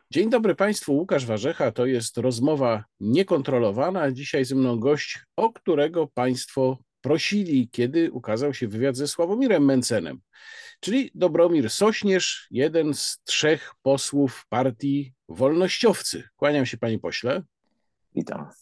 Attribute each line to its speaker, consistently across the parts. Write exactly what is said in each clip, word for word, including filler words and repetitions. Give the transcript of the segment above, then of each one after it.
Speaker 1: Dzień dobry Państwu, Łukasz Warzecha, to jest rozmowa niekontrolowana. Dzisiaj ze mną gość, o którego Państwo prosili, kiedy ukazał się wywiad ze Sławomirem Mencenem, czyli Dobromir Sośnierz, jeden z trzech posłów partii Wolnościowcy. Kłaniam się, panie pośle.
Speaker 2: Witam.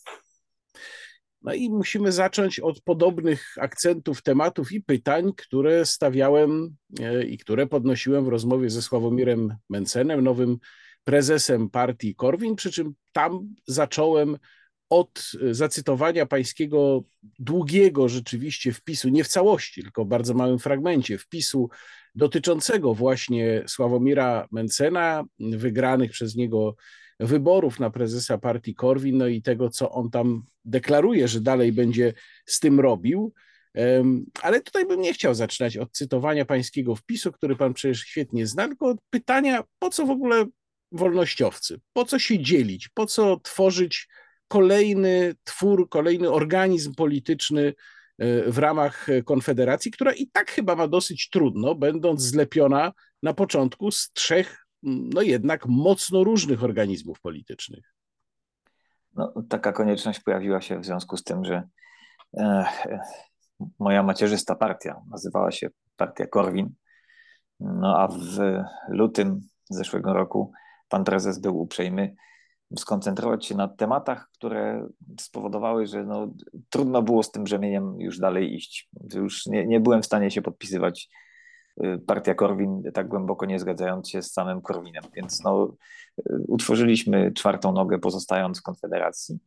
Speaker 1: No i musimy zacząć od podobnych akcentów, tematów i pytań, które stawiałem e, i które podnosiłem w rozmowie ze Sławomirem Mencenem, nowym prezesem partii Korwin, przy czym tam zacząłem od zacytowania pańskiego długiego rzeczywiście wpisu, nie w całości, tylko w bardzo małym fragmencie wpisu dotyczącego właśnie Sławomira Mencena, wygranych przez niego wyborów na prezesa partii Korwin, no i tego, co on tam deklaruje, że dalej będzie z tym robił. Ale tutaj bym nie chciał zaczynać od cytowania pańskiego wpisu, który pan przecież świetnie zna, tylko od pytania, po co w ogóle wolnościowcy? Po co się dzielić? Po co tworzyć kolejny twór, kolejny organizm polityczny w ramach Konfederacji, która i tak chyba ma dosyć trudno, będąc zlepiona na początku z trzech, no jednak mocno różnych organizmów politycznych.
Speaker 2: No, taka konieczność pojawiła się w związku z tym, że e, moja macierzysta partia nazywała się Partia Korwin. No a w lutym zeszłego roku pan prezes był uprzejmy skoncentrować się na tematach, które spowodowały, że no, trudno było z tym brzemieniem już dalej iść. Już nie, nie byłem w stanie się podpisywać. Partia Korwin, tak głęboko nie zgadzając się z samym Korwinem. Więc no, utworzyliśmy czwartą nogę, pozostając w Konfederacji,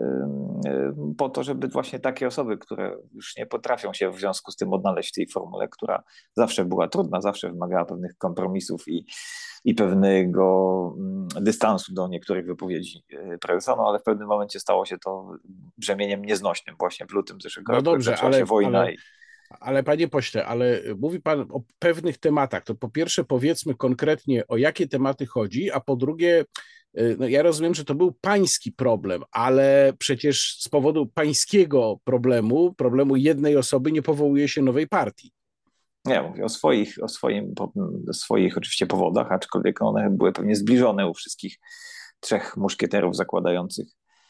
Speaker 2: po to, żeby właśnie takie osoby, które już nie potrafią się w związku z tym odnaleźć w tej formule, która zawsze była trudna, zawsze wymagała pewnych kompromisów i, i pewnego dystansu do niektórych wypowiedzi prezesa, no ale w pewnym momencie stało się to brzemieniem nieznośnym właśnie w lutym zeszłego
Speaker 1: No
Speaker 2: roku, jak
Speaker 1: dobrze,
Speaker 2: zaczęła się
Speaker 1: ale,
Speaker 2: wojna.
Speaker 1: ale,
Speaker 2: I
Speaker 1: ale panie pośle, ale mówi pan o pewnych tematach, to po pierwsze powiedzmy konkretnie, o jakie tematy chodzi, a po drugie, no ja rozumiem, że to był pański problem, ale przecież z powodu pańskiego problemu, problemu jednej osoby nie powołuje się nowej partii.
Speaker 2: Nie, mówię o swoich, o swoim, o swoich oczywiście powodach, aczkolwiek one były pewnie zbliżone u wszystkich trzech muszkieterów zakładających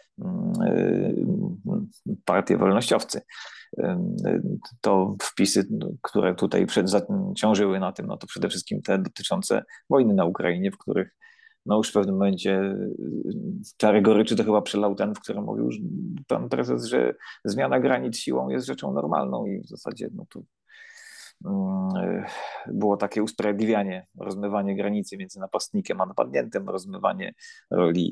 Speaker 2: partię wolnościowcy. To wpisy, które tutaj przed, ciążyły na tym, no to przede wszystkim te dotyczące wojny na Ukrainie, w których no już w pewnym momencie czary goryczy to chyba przelał ten, w którym mówił już pan prezes, że zmiana granic siłą jest rzeczą normalną i w zasadzie no to było takie usprawiedliwianie, rozmywanie granicy między napastnikiem a napadniętym, rozmywanie roli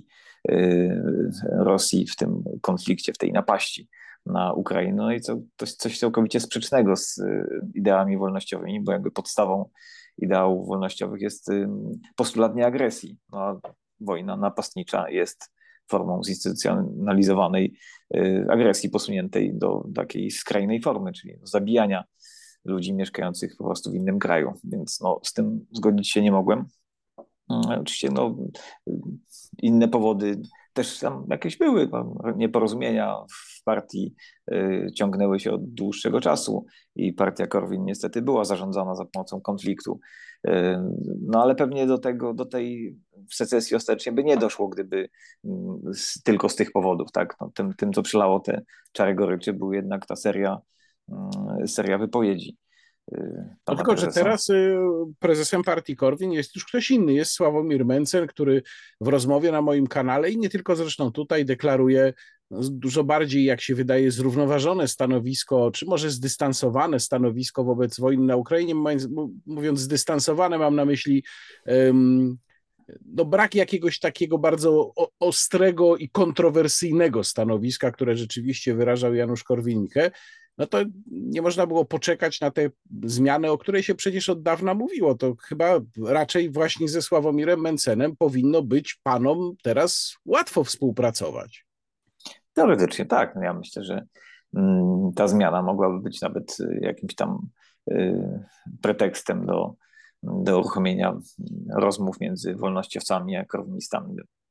Speaker 2: Rosji w tym konflikcie, w tej napaści na Ukrainę. No i to, to jest coś całkowicie sprzecznego z ideami wolnościowymi, bo jakby podstawą ideałów wolnościowych jest postulat nieagresji. No, a wojna napastnicza jest formą zinstytucjonalizowanej agresji posuniętej do takiej skrajnej formy, czyli zabijania ludzi mieszkających po prostu w innym kraju. Więc no, z tym zgodzić się nie mogłem. Oczywiście no, inne powody też tam jakieś były. Nieporozumienia w partii y, ciągnęły się od dłuższego czasu i partia Korwin niestety była zarządzana za pomocą konfliktu. Y, no ale pewnie do tego, do tej secesji ostatecznie by nie doszło, gdyby y, tylko z tych powodów. Tak? No, tym, tym, co przelało te czary goryczy, był jednak ta seria seria wypowiedzi
Speaker 1: No
Speaker 2: pana
Speaker 1: tylko, że
Speaker 2: prezesa.
Speaker 1: teraz prezesem partii Korwin jest już ktoś inny, jest Sławomir Mencen, który w rozmowie na moim kanale i nie tylko zresztą tutaj deklaruje dużo bardziej, jak się wydaje, zrównoważone stanowisko, czy może zdystansowane stanowisko wobec wojny na Ukrainie. Mówiąc zdystansowane, mam na myśli um, no brak jakiegoś takiego bardzo ostrego i kontrowersyjnego stanowiska, które rzeczywiście wyrażał Janusz Korwin-Mikke. No to nie można było poczekać na tę zmianę, o której się przecież od dawna mówiło. To chyba raczej właśnie ze Sławomirem Mencenem powinno być panom teraz łatwo współpracować.
Speaker 2: Teoretycznie tak. No ja myślę, że ta zmiana mogłaby być nawet jakimś tam pretekstem do, do uruchomienia rozmów między wolnościowcami a korwinistami,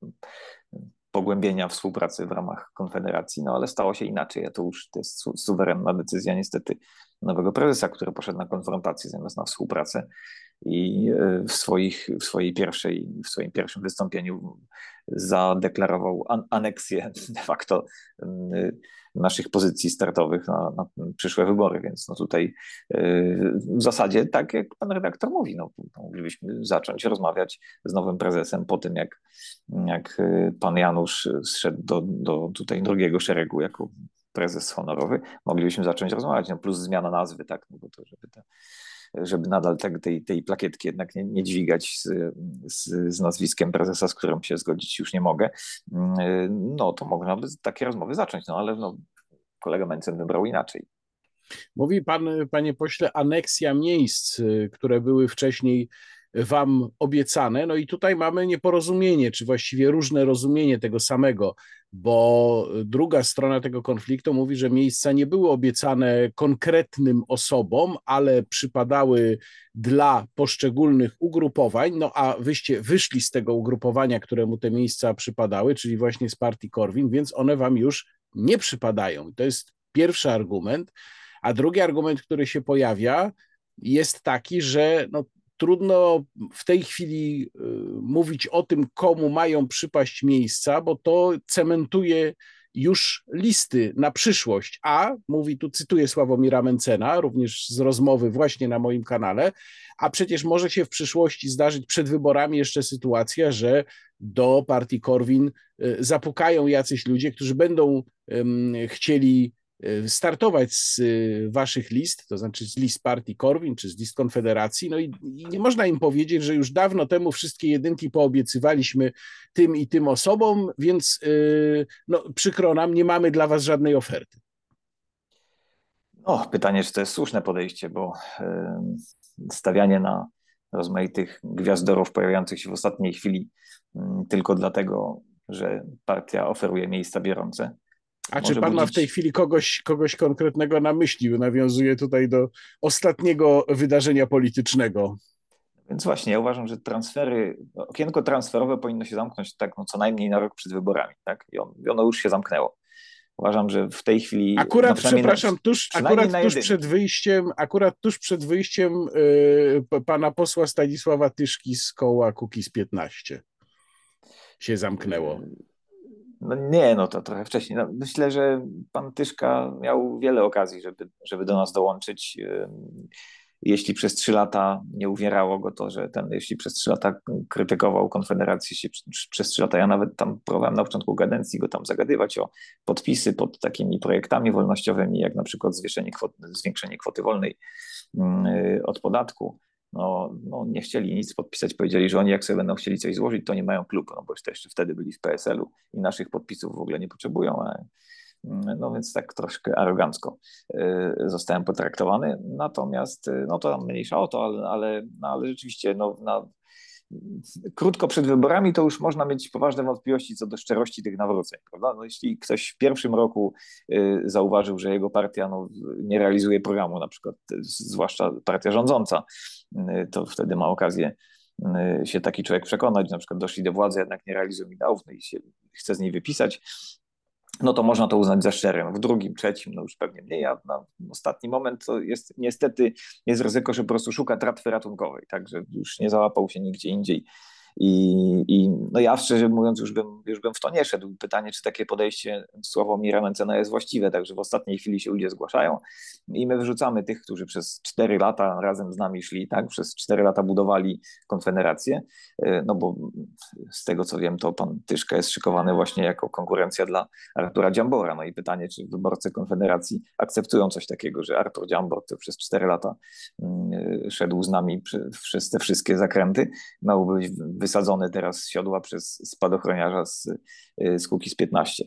Speaker 2: pogłębienia współpracy w ramach Konfederacji, no ale stało się inaczej, a to już to jest su suwerenna decyzja niestety nowego prezesa, który poszedł na konfrontację zamiast na współpracę. i w, swoich, w, swojej pierwszej, w swoim pierwszym wystąpieniu zadeklarował an aneksję de facto naszych pozycji startowych na, na przyszłe wybory, więc no tutaj w zasadzie tak jak pan redaktor mówi, no, moglibyśmy zacząć rozmawiać z nowym prezesem po tym, jak, jak pan Janusz zszedł do, do tutaj drugiego szeregu jako prezes honorowy, moglibyśmy zacząć rozmawiać, no plus zmiana nazwy, tak, no bo to, żeby, te, żeby nadal te, tej, tej plakietki jednak nie, nie dźwigać z, z, z nazwiskiem prezesa, z którym się zgodzić już nie mogę, no to można by takie rozmowy zacząć, no ale no, kolega Mencen wybrał inaczej.
Speaker 1: Mówi pan, panie pośle, aneksja miejsc, które były wcześniej wam obiecane. No i tutaj mamy nieporozumienie, czy właściwie różne rozumienie tego samego, bo druga strona tego konfliktu mówi, że miejsca nie były obiecane konkretnym osobom, ale przypadały dla poszczególnych ugrupowań, no a wyście wyszli z tego ugrupowania, któremu te miejsca przypadały, czyli właśnie z partii Korwin, więc one wam już nie przypadają. To jest pierwszy argument. A drugi argument, który się pojawia, jest taki, że no, trudno w tej chwili y, mówić o tym, komu mają przypaść miejsca, bo to cementuje już listy na przyszłość. A, mówi tu, cytuję Sławomira Mencena, również z rozmowy właśnie na moim kanale, a przecież może się w przyszłości zdarzyć przed wyborami jeszcze sytuacja, że do partii Korwin y, zapukają jacyś ludzie, którzy będą y, chcieli startować z waszych list, to znaczy z list partii Korwin czy z list Konfederacji, no i, i nie można im powiedzieć, że już dawno temu wszystkie jedynki poobiecywaliśmy tym i tym osobom, więc yy, no, przykro nam, nie mamy dla was żadnej oferty.
Speaker 2: No, pytanie, czy to jest słuszne podejście, bo yy, stawianie na rozmaitych gwiazdorów pojawiających się w ostatniej chwili yy, tylko dlatego, że partia oferuje miejsca bieżące.
Speaker 1: A czy pan budzić... ma w tej chwili kogoś, kogoś konkretnego na myśli? Nawiązuje tutaj do ostatniego wydarzenia politycznego.
Speaker 2: Więc właśnie, ja uważam, że transfery, okienko transferowe powinno się zamknąć tak no, co najmniej na rok przed wyborami. Tak? I on, ono już się zamknęło. Uważam, że w tej chwili...
Speaker 1: Akurat, no przepraszam, na, tuż, akurat tuż przed wyjściem, akurat tuż przed wyjściem yy, pana posła Stanisława Tyszki z koła Kukiz piętnaście się zamknęło.
Speaker 2: No nie, no to trochę wcześniej. No, myślę, że pan Tyszka miał wiele okazji, żeby, żeby do nas dołączyć. Jeśli przez trzy lata nie uwierało go to, że ten, jeśli przez trzy lata krytykował Konfederację, się przez trzy lata, ja nawet tam próbowałem na początku kadencji go tam zagadywać o podpisy pod takimi projektami wolnościowymi, jak na przykład zwiększenie kwoty, zwiększenie kwoty wolnej od podatku. No, no nie chcieli nic podpisać, powiedzieli, że oni jak sobie będą chcieli coś złożyć, to nie mają klubu, no bo już to jeszcze wtedy byli w P S L u i naszych podpisów w ogóle nie potrzebują, a, no więc tak troszkę arogancko y, zostałem potraktowany, natomiast no to mniejsza o to, ale, ale, no, ale rzeczywiście no, na, krótko przed wyborami to już można mieć poważne wątpliwości co do szczerości tych nawróceń, prawda? No, jeśli ktoś w pierwszym roku y, zauważył, że jego partia no, nie realizuje programu, na przykład y, zwłaszcza partia rządząca, y, to wtedy ma okazję y, się taki człowiek przekonać, na przykład doszli do władzy, jednak nie realizują ideałów, no i się chce z niej wypisać, no to można to uznać za szczerym. W drugim, trzecim, no już pewnie mniej, a na ostatni moment to jest niestety jest ryzyko, że po prostu szuka tratwy ratunkowej, tak, że już nie załapał się nigdzie indziej. I, i no ja szczerze mówiąc już bym, już bym w to nie szedł. Pytanie, czy takie podejście Sławomira Mencena jest właściwe, także w ostatniej chwili się ludzie zgłaszają i my wyrzucamy tych, którzy przez cztery lata razem z nami szli, tak, przez cztery lata budowali Konfederację, no bo z tego co wiem, to pan Tyszka jest szykowany właśnie jako konkurencja dla Artura Dziambora, no i pytanie, czy wyborcy Konfederacji akceptują coś takiego, że Artur Dziambor to przez cztery lata szedł z nami przez te wszystkie zakręty, miał być wysadzony teraz z siodła przez spadochroniarza z, z Kukiz piętnaście.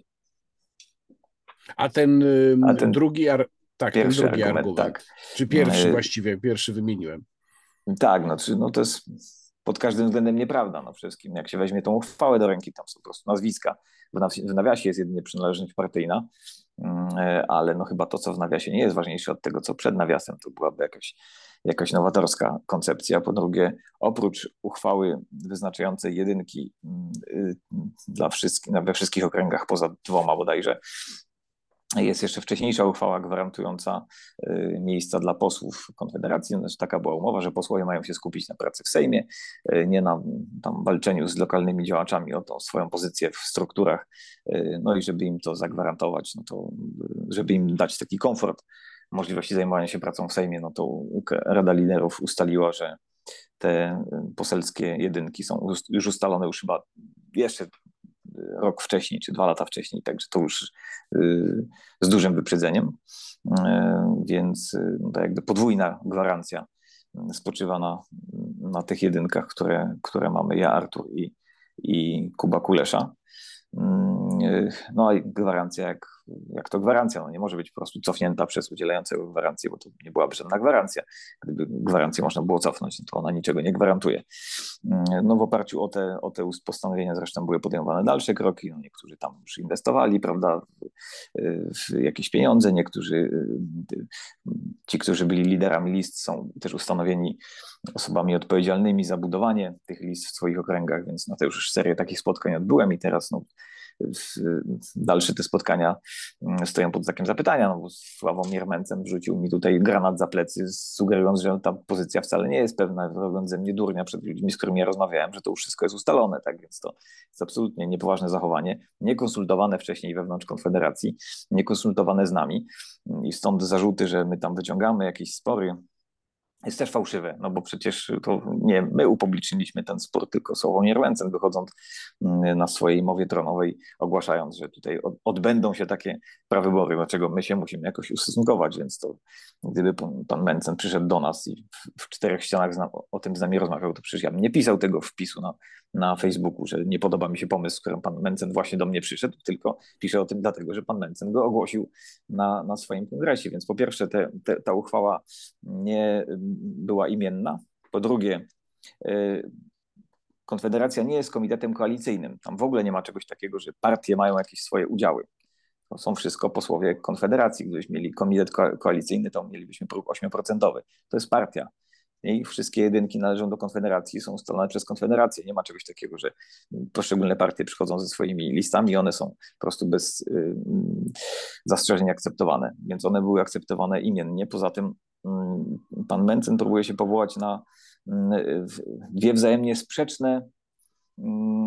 Speaker 1: A ten, A ten drugi, ar... tak, ten drugi argument, argument.
Speaker 2: Tak.
Speaker 1: Czy pierwszy właściwie, pierwszy wymieniłem.
Speaker 2: Tak, no, czy, no to jest pod każdym względem nieprawda. No wszystkim, jak się weźmie tą uchwałę do ręki, tam są po prostu nazwiska. W nawiasie jest jedynie przynależność partyjna, ale no chyba to, co w nawiasie nie jest ważniejsze od tego, co przed nawiasem, to byłaby jakaś, jakaś nowatorska koncepcja. Po drugie, oprócz uchwały wyznaczającej jedynki dla wszystkich, we wszystkich okręgach poza dwoma bodajże, Jest jeszcze wcześniejsza uchwała gwarantująca miejsca dla posłów Konfederacji. Znaczy, taka była umowa, że posłowie mają się skupić na pracy w Sejmie, nie na tam walczeniu z lokalnymi działaczami o tą swoją pozycję w strukturach, no i żeby im to zagwarantować, no to żeby im dać taki komfort możliwości zajmowania się pracą w Sejmie, no to Rada Liderów ustaliła, że te poselskie jedynki są już ustalone już chyba jeszcze rok wcześniej, czy dwa lata wcześniej, także to już z dużym wyprzedzeniem, więc to jakby podwójna gwarancja spoczywa na, na tych jedynkach, które, które mamy ja, Artur i, i Kuba Kulesza. No i gwarancja, jak, jak to gwarancja, no nie może być po prostu cofnięta przez udzielającego gwarancję, bo to nie byłaby żadna gwarancja. Gdyby gwarancję można było cofnąć, no to ona niczego nie gwarantuje. No w oparciu o te, o te postanowienia zresztą były podejmowane dalsze kroki. No niektórzy tam już inwestowali, prawda, w, w jakieś pieniądze, niektórzy, ci, którzy byli liderami list, są też ustanowieni osobami odpowiedzialnymi za budowanie tych list w swoich okręgach, więc no to już serię takich spotkań odbyłem i teraz no, dalsze te spotkania stoją pod znakiem zapytania, no bo Sławomir Mencen wrzucił mi tutaj granat za plecy, sugerując, że ta pozycja wcale nie jest pewna, robiąc ze mnie durnia przed ludźmi, z którymi ja rozmawiałem, że to już wszystko jest ustalone, tak więc to jest absolutnie niepoważne zachowanie, niekonsultowane wcześniej wewnątrz Konfederacji, niekonsultowane z nami i stąd zarzuty, że my tam wyciągamy jakieś spory, jest też fałszywe, no bo przecież to nie my upubliczniliśmy ten spór, tylko Sławomir Mencen, wychodząc na swojej mowie tronowej, ogłaszając, że tutaj odbędą się takie prawybory, do czego my się musimy jakoś ustosunkować, więc to gdyby pan, pan Mencen przyszedł do nas i w, w czterech ścianach zna, o tym z nami rozmawiał, to przecież ja bym nie pisał tego wpisu na, na Facebooku, że nie podoba mi się pomysł, z którym pan Mencen właśnie do mnie przyszedł, tylko piszę o tym dlatego, że pan Mencen go ogłosił na, na swoim kongresie, więc po pierwsze te, te, ta uchwała nie była imienna. Po drugie, Konfederacja nie jest komitetem koalicyjnym. Tam w ogóle nie ma czegoś takiego, że partie mają jakieś swoje udziały. To są wszystko posłowie Konfederacji. Gdybyśmy mieli komitet koalicyjny, to mielibyśmy próg osiem procent. To jest partia. I wszystkie jedynki należą do Konfederacji, są ustalone przez Konfederację. Nie ma czegoś takiego, że poszczególne partie przychodzą ze swoimi listami i one są po prostu bez y, zastrzeżeń akceptowane. Więc one były akceptowane imiennie. Poza tym y, pan Mencen próbuje się powołać na y, dwie wzajemnie sprzeczne y,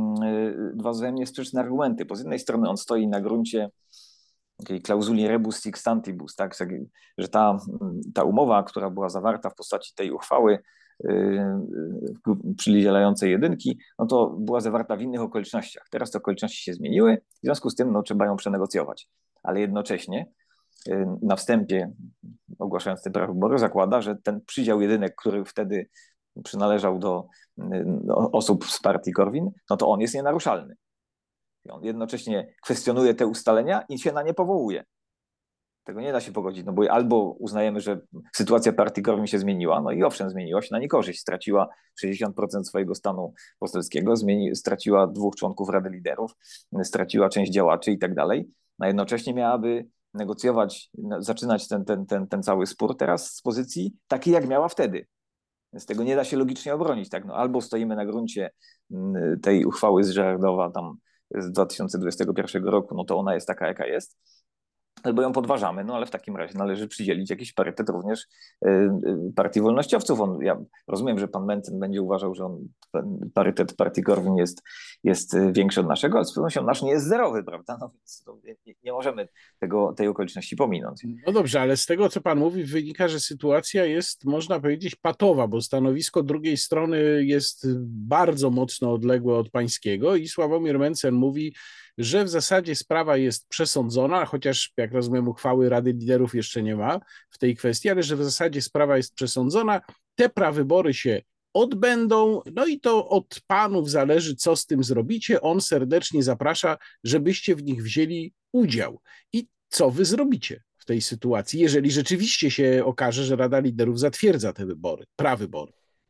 Speaker 2: dwa wzajemnie sprzeczne argumenty, bo z jednej strony on stoi na gruncie takiej klauzuli rebus sic stantibus, tak, że ta, ta umowa, która była zawarta w postaci tej uchwały yy, przydzielającej jedynki, no to była zawarta w innych okolicznościach. Teraz te okoliczności się zmieniły, w związku z tym no, trzeba ją przenegocjować. Ale jednocześnie yy, na wstępie, ogłaszając te prawybory, zakłada, że ten przydział jedynek, który wtedy przynależał do, do osób z partii Korwin, no to on jest nienaruszalny. On jednocześnie kwestionuje te ustalenia i się na nie powołuje. Tego nie da się pogodzić, no bo albo uznajemy, że sytuacja partii Korwin się zmieniła, no i owszem, zmieniła się na niekorzyść. Straciła sześćdziesiąt procent swojego stanu poselskiego, zmieni, straciła dwóch członków Rady Liderów, straciła część działaczy i tak dalej, a jednocześnie miałaby negocjować, zaczynać ten, ten, ten, ten cały spór teraz z pozycji takiej, jak miała wtedy. Więc tego nie da się logicznie obronić. Tak? No, albo stoimy na gruncie tej uchwały z Żerardowa tam z dwa tysiące dwudziestego pierwszego roku, no to ona jest taka, jaka jest, albo ją podważamy, no ale w takim razie należy przydzielić jakiś parytet również partii wolnościowców. On, ja rozumiem, że pan Mencen będzie uważał, że on, parytet partii Korwin jest, jest większy od naszego, ale z pewnością nasz nie jest zerowy, prawda? No więc nie, nie możemy tego, tej okoliczności pominąć.
Speaker 1: No dobrze, ale z tego, co pan mówi, wynika, że sytuacja jest, można powiedzieć, patowa, bo stanowisko drugiej strony jest bardzo mocno odległe od pańskiego i Sławomir Mencen mówi, że w zasadzie sprawa jest przesądzona, chociaż jak rozumiem uchwały Rady Liderów jeszcze nie ma w tej kwestii, ale że w zasadzie sprawa jest przesądzona, te prawybory się odbędą, no i to od panów zależy, co z tym zrobicie. On serdecznie zaprasza, żebyście w nich wzięli udział. I co wy zrobicie w tej sytuacji, jeżeli rzeczywiście się okaże, że Rada Liderów zatwierdza te wybory, prawybory?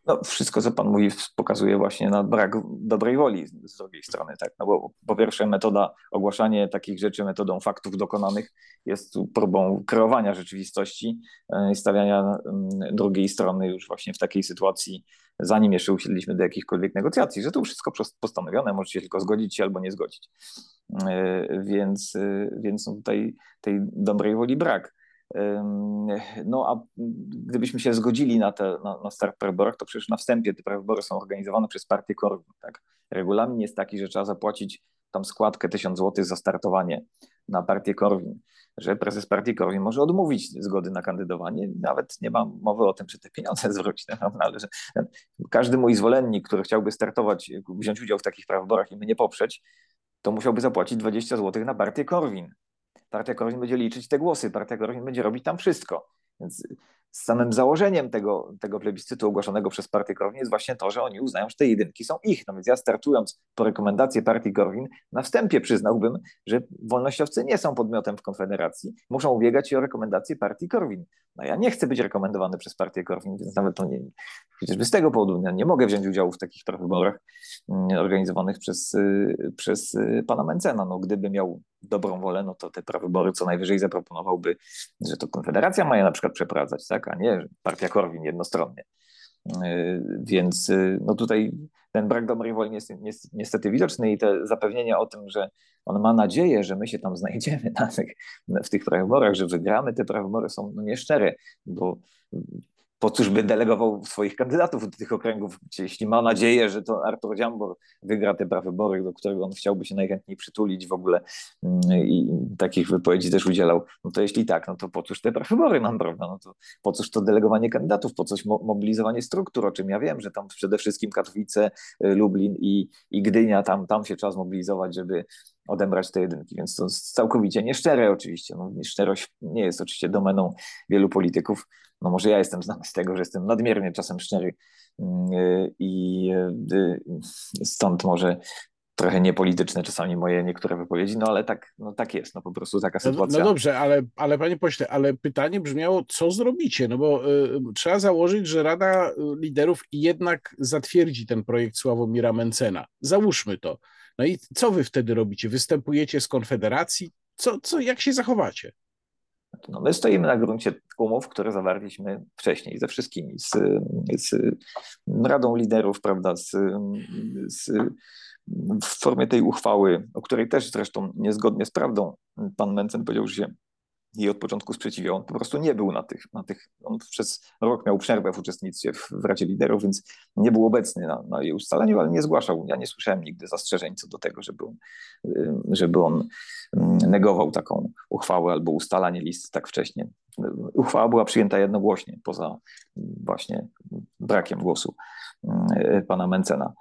Speaker 2: No, wszystko, co pan mówi, pokazuje właśnie na brak dobrej woli z drugiej strony, tak? No bo po pierwsze metoda, ogłaszanie takich rzeczy metodą faktów dokonanych jest próbą kreowania rzeczywistości i stawiania drugiej strony już właśnie w takiej sytuacji, zanim jeszcze usiedliśmy do jakichkolwiek negocjacji, że to wszystko postanowione, możecie tylko zgodzić się albo nie zgodzić. Więc, więc no tutaj tej dobrej woli brak. No a gdybyśmy się zgodzili na, te, na, na start prawyborach, to przecież na wstępie te prawybory są organizowane przez partię Korwin. Tak? Regulamin jest taki, że trzeba zapłacić tam składkę tysiąc złotych za startowanie na partię Korwin, że prezes partii Korwin może odmówić zgody na kandydowanie. Nawet nie ma mowy o tym, czy te pieniądze zwróci. Ale że każdy mój zwolennik, który chciałby startować, wziąć udział w takich prawyborach i mnie poprzeć, to musiałby zapłacić dwadzieścia złotych na partię Korwin. Partia Korwin będzie liczyć te głosy, Partia Korwin będzie robić tam wszystko. Więc z samym założeniem tego, tego plebiscytu ogłoszonego przez partię Korwin jest właśnie to, że oni uznają, że te jedynki są ich. No więc ja startując po rekomendację partii Korwin, na wstępie przyznałbym, że wolnościowcy nie są podmiotem w Konfederacji. Muszą ubiegać się o rekomendację partii Korwin. No ja nie chcę być rekomendowany przez partię Korwin, więc nawet to nie, chociażby z tego powodu ja nie mogę wziąć udziału w takich wyborach organizowanych przez, przez pana Mentzena. No gdyby miał dobrą wolę, no to te prawybory co najwyżej zaproponowałby, że to Konfederacja ma je na przykład przeprowadzać, tak, a nie partia Korwin jednostronnie. Więc no tutaj ten brak dobrej woli jest niestety widoczny i te zapewnienia o tym, że on ma nadzieję, że my się tam znajdziemy na tych, w tych prawyborach, że wygramy te prawybory, są no nieszczere, bo po cóż by delegował swoich kandydatów do tych okręgów, jeśli ma nadzieję, że to Artur Dziambor wygra te prawybory, do którego on chciałby się najchętniej przytulić w ogóle i takich wypowiedzi też udzielał, no to jeśli tak, no to po cóż te prawybory nam, prawda, no to po cóż to delegowanie kandydatów, po coś mobilizowanie struktur, o czym ja wiem, że tam przede wszystkim Katowice, Lublin i, i Gdynia, tam, tam się trzeba zmobilizować, żeby odebrać te jedynki, więc to jest całkowicie nieszczere oczywiście. No, szczerość nie jest oczywiście domeną wielu polityków. No może ja jestem znany z tego, że jestem nadmiernie czasem szczery i stąd może trochę niepolityczne czasami moje niektóre wypowiedzi, no ale tak, no tak jest, no po prostu taka sytuacja.
Speaker 1: No, no dobrze, ale, ale panie pośle, ale pytanie brzmiało, co zrobicie? No bo y, trzeba założyć, że Rada Liderów jednak zatwierdzi ten projekt Sławomira Mentzena. Załóżmy to. No i co wy wtedy robicie? Występujecie z Konfederacji? Co, co, jak się zachowacie?
Speaker 2: No my stoimy na gruncie umów, które zawarliśmy wcześniej ze wszystkimi, z, z Radą Liderów, prawda, z, z, w formie tej uchwały, o której też zresztą niezgodnie z prawdą pan Mentzen powiedział, że się jej od początku sprzeciwiał. On po prostu nie był na tych, na tych on przez rok miał przerwę w uczestnictwie w, w Radzie Liderów, więc nie był obecny na, na jej ustaleniu, ale nie zgłaszał. Ja nie słyszałem nigdy zastrzeżeń co do tego, żeby on, żeby on negował taką uchwałę albo ustalanie list tak wcześnie. Uchwała była przyjęta jednogłośnie, poza właśnie brakiem głosu pana Mentzena.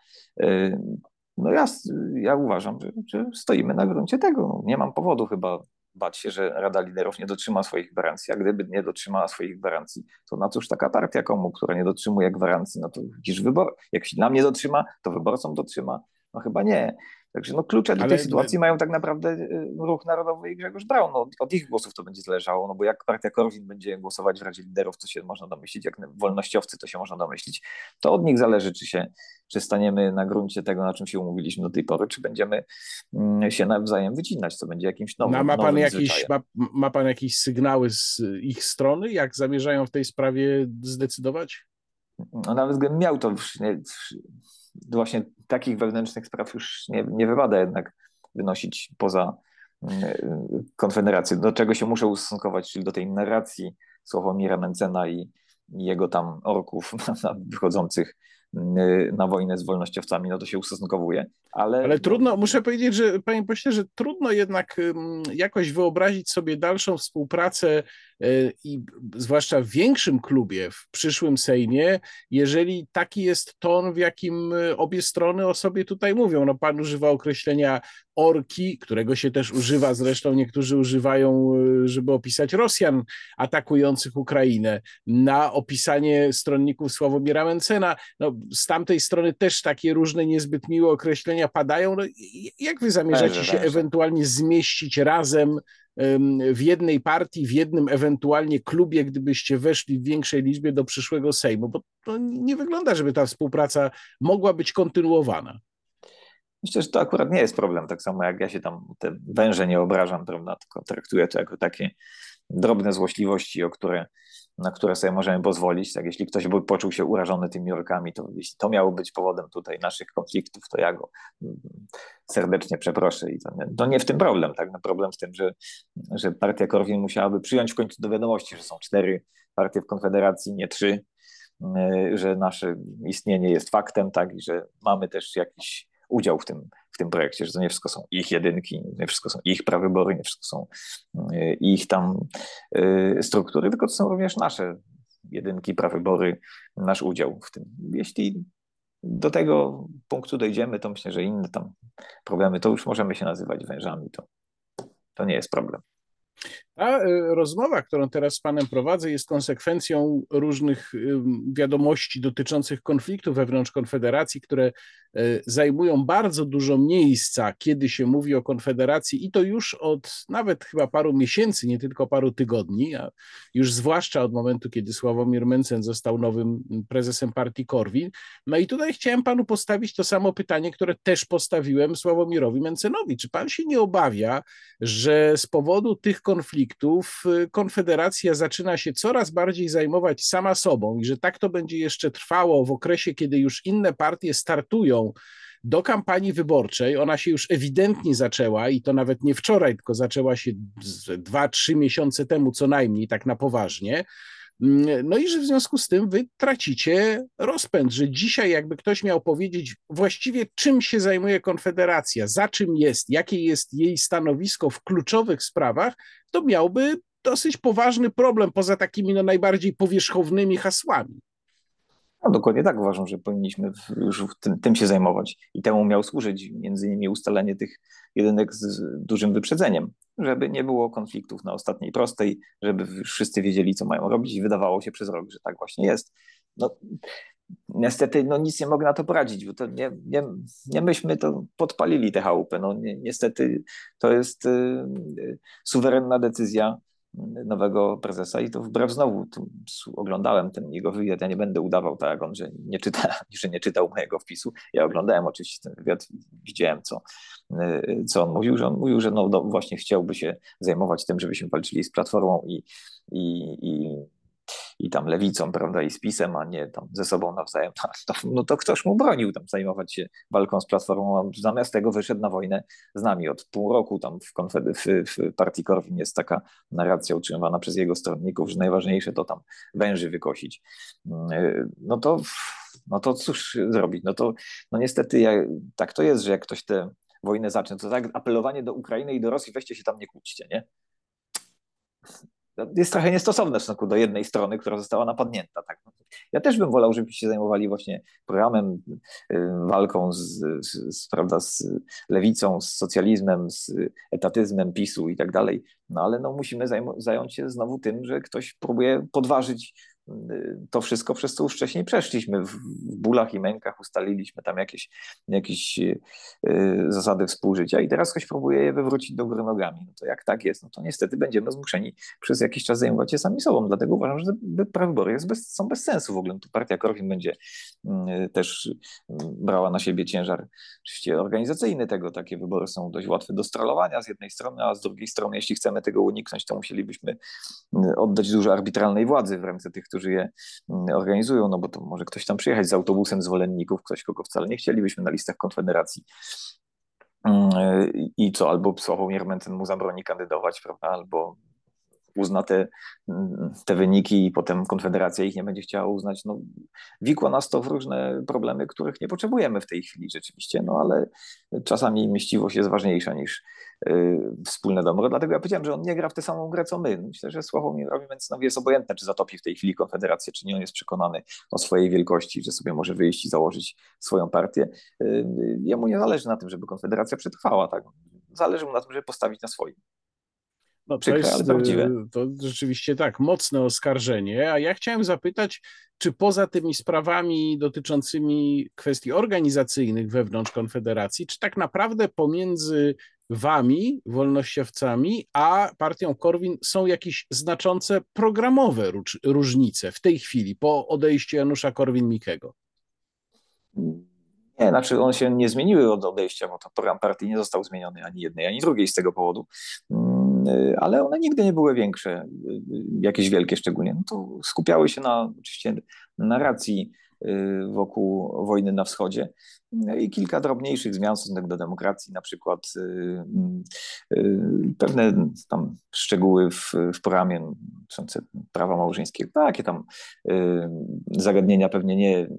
Speaker 2: No ja, ja uważam, że, że stoimy na gruncie tego. Nie mam powodu chyba bać się, że Rada Liderów nie dotrzyma swoich gwarancji, a gdyby nie dotrzymała swoich gwarancji, to na cóż taka partia komu, która nie dotrzymuje gwarancji, no to widzisz wybor, jak się nam nie dotrzyma, to wyborcom dotrzyma, no chyba nie. Także no klucze do
Speaker 1: Ale
Speaker 2: tej sytuacji mają tak naprawdę Ruch Narodowy i Grzegorz Braun. No, od ich głosów to będzie zależało, no bo jak partia Korwin będzie głosować w Radzie Liderów, to się można domyślić, jak wolnościowcy to się można domyślić, to od nich zależy, czy się, czy staniemy na gruncie tego, na czym się umówiliśmy do tej pory, czy będziemy się nawzajem wycinać, co będzie jakimś nowym,
Speaker 1: no, ma pan
Speaker 2: nowym
Speaker 1: jakieś, ma, ma pan jakieś sygnały z ich strony, jak zamierzają w tej sprawie zdecydować?
Speaker 2: No nawet gdybym miał to nie, właśnie takich wewnętrznych spraw już nie, nie wypada jednak wynosić poza Konfederację. Do czego się muszę ustosunkować, czyli do tej narracji Sławomira Mentzena i, i jego tam orków wychodzących na wojnę z wolnościowcami, no to się ustosunkowuje. Ale,
Speaker 1: Ale trudno,
Speaker 2: no,
Speaker 1: muszę powiedzieć, że panie pośle, że trudno jednak jakoś wyobrazić sobie dalszą współpracę i zwłaszcza w większym klubie, w przyszłym Sejmie, jeżeli taki jest ton, w jakim obie strony o sobie tutaj mówią. No pan używa określenia orki, którego się też używa, zresztą niektórzy używają, żeby opisać Rosjan atakujących Ukrainę, na opisanie stronników Sławomira Mentzena. No, z tamtej strony też takie różne niezbyt miłe określenia padają. No, jak wy zamierzacie
Speaker 2: węże,
Speaker 1: się
Speaker 2: węże.
Speaker 1: ewentualnie zmieścić razem w jednej partii, w jednym ewentualnie klubie, gdybyście weszli w większej liczbie do przyszłego Sejmu, bo to nie wygląda, żeby ta współpraca mogła być kontynuowana.
Speaker 2: Myślę, że to akurat nie jest problem, tak samo jak ja się tam te węże nie obrażam, prawda, tylko traktuję to jako takie drobne złośliwości, o które, na które sobie możemy pozwolić. Tak, jeśli ktoś by poczuł się urażony tymi orkami, to jeśli to miało być powodem tutaj naszych konfliktów, to ja go serdecznie przeproszę. I to nie, to nie w tym problem. Tak? No problem w tym, że, że partia Korwin musiałaby przyjąć w końcu do wiadomości, że są cztery partie w Konfederacji, nie trzy, że nasze istnienie jest faktem, tak, i że mamy też jakiś udział w tym, w tym projekcie, że to nie wszystko są ich jedynki, nie wszystko są ich prawybory, nie wszystko są ich tam struktury, tylko to są również nasze jedynki, prawybory, nasz udział w tym. Jeśli do tego punktu dojdziemy, to myślę, że inne tam problemy, to już możemy się nazywać wężami, to, to nie jest problem.
Speaker 1: Ta rozmowa, którą teraz z panem prowadzę, jest konsekwencją różnych wiadomości dotyczących konfliktów wewnątrz Konfederacji, które zajmują bardzo dużo miejsca, kiedy się mówi o Konfederacji, i to już od nawet chyba paru miesięcy, nie tylko paru tygodni, a już zwłaszcza od momentu, kiedy Sławomir Mencen został nowym prezesem partii Korwin. No i tutaj chciałem panu postawić to samo pytanie, które też postawiłem Sławomirowi Mencenowi. Czy pan się nie obawia, że z powodu tych konfliktów Konfederacja zaczyna się coraz bardziej zajmować sama sobą i że tak to będzie jeszcze trwało w okresie, kiedy już inne partie startują do kampanii wyborczej? Ona się już ewidentnie zaczęła i to nawet nie wczoraj, tylko zaczęła się dwa, trzy miesiące temu co najmniej, tak na poważnie. No i że w związku z tym wy tracicie rozpęd, że dzisiaj jakby ktoś miał powiedzieć właściwie czym się zajmuje Konfederacja, za czym jest, jakie jest jej stanowisko w kluczowych sprawach, to miałby dosyć poważny problem poza takimi no najbardziej powierzchownymi hasłami.
Speaker 2: No, dokładnie tak uważam, że powinniśmy już tym, tym się zajmować. I temu miał służyć między innymi ustalenie tych jedynek z dużym wyprzedzeniem, żeby nie było konfliktów na ostatniej prostej, żeby wszyscy wiedzieli, co mają robić, i wydawało się przez rok, że tak właśnie jest. No, niestety no, nic nie mogę na to poradzić, bo to nie, nie, nie myśmy to podpalili tę chałupę. No, ni niestety to jest y, y, suwerenna decyzja nowego prezesa i to wbrew znowu, tu oglądałem ten jego wywiad, ja nie będę udawał tak jak on, że nie, czyta, że nie czytał mojego wpisu. Ja oglądałem oczywiście ten wywiad, widziałem co, co on mówił, że on mówił, że no, no właśnie chciałby się zajmować tym, żebyśmy walczyli z Platformą i, i, i i tam lewicą, prawda, i z PiS-em, a nie tam ze sobą nawzajem, to, no to ktoś mu bronił tam zajmować się walką z Platformą, a zamiast tego wyszedł na wojnę z nami. Od pół roku tam w, w, w partii Korwin jest taka narracja utrzymywana przez jego stronników, że najważniejsze to tam węży wykosić. No to, no to cóż zrobić? No to no niestety ja, tak to jest, że jak ktoś tę wojnę zacznie, to tak apelowanie do Ukrainy i do Rosji, weźcie się tam nie kłóćcie, nie? Jest trochę niestosowne w stosunku do jednej strony, która została napadnięta. Tak? Ja też bym wolał, żebyście się zajmowali właśnie programem, walką z, z, z, prawda, z lewicą, z socjalizmem, z etatyzmem PiSu i tak dalej. No ale no, musimy zająć się znowu tym, że ktoś próbuje podważyć to wszystko, przez co już wcześniej przeszliśmy. W bólach i mękach ustaliliśmy tam jakieś, jakieś zasady współżycia i teraz ktoś próbuje je wywrócić do góry nogami. No to jak tak jest, no to niestety będziemy zmuszeni przez jakiś czas zajmować się sami sobą. Dlatego uważam, że prawybory jest bez, są bez sensu w ogóle. Tu partia Korwin będzie też brała na siebie ciężar oczywiście organizacyjny tego. Takie wybory są dość łatwe do strolowania z jednej strony, a z drugiej strony, jeśli chcemy tego uniknąć, to musielibyśmy oddać dużo arbitralnej władzy w ręce tych, którzy je organizują, no bo to może ktoś tam przyjechać z autobusem zwolenników, ktoś, kogo wcale nie chcielibyśmy na listach Konfederacji. I co, albo Sławomir Mencen mu zabroni kandydować, prawda, albo uzna te, te wyniki i potem Konfederacja ich nie będzie chciała uznać. No, wikła nas to w różne problemy, których nie potrzebujemy w tej chwili rzeczywiście, no ale czasami mieściwość jest ważniejsza niż yy, wspólne dobro. Dlatego ja powiedziałem, że on nie gra w tę samą grę co my. Myślę, że Sławomirowi Mencenowi jest obojętne, czy zatopi w tej chwili Konfederację, czy nie. On jest przekonany o swojej wielkości, że sobie może wyjść i założyć swoją partię. Yy, jemu nie zależy na tym, żeby Konfederacja przetrwała. Tak? Zależy mu na tym, żeby postawić na swoim.
Speaker 1: No to jest, to rzeczywiście tak, mocne oskarżenie, a ja chciałem zapytać, czy poza tymi sprawami dotyczącymi kwestii organizacyjnych wewnątrz Konfederacji, czy tak naprawdę pomiędzy wami, wolnościowcami, a partią Korwin są jakieś znaczące programowe różnice w tej chwili, po odejściu Janusza Korwin-Mikkego?
Speaker 2: Nie, znaczy one się nie zmieniły od odejścia, bo to program partii nie został zmieniony ani jednej, ani drugiej z tego powodu, ale one nigdy nie były większe, jakieś wielkie szczególnie. No to skupiały się na oczywiście narracji wokół wojny na wschodzie i kilka drobniejszych zmian w stosunku do demokracji, na przykład pewne tam szczegóły w, w programie dotyczące prawa małżeńskiego, takie tam zagadnienia pewnie nie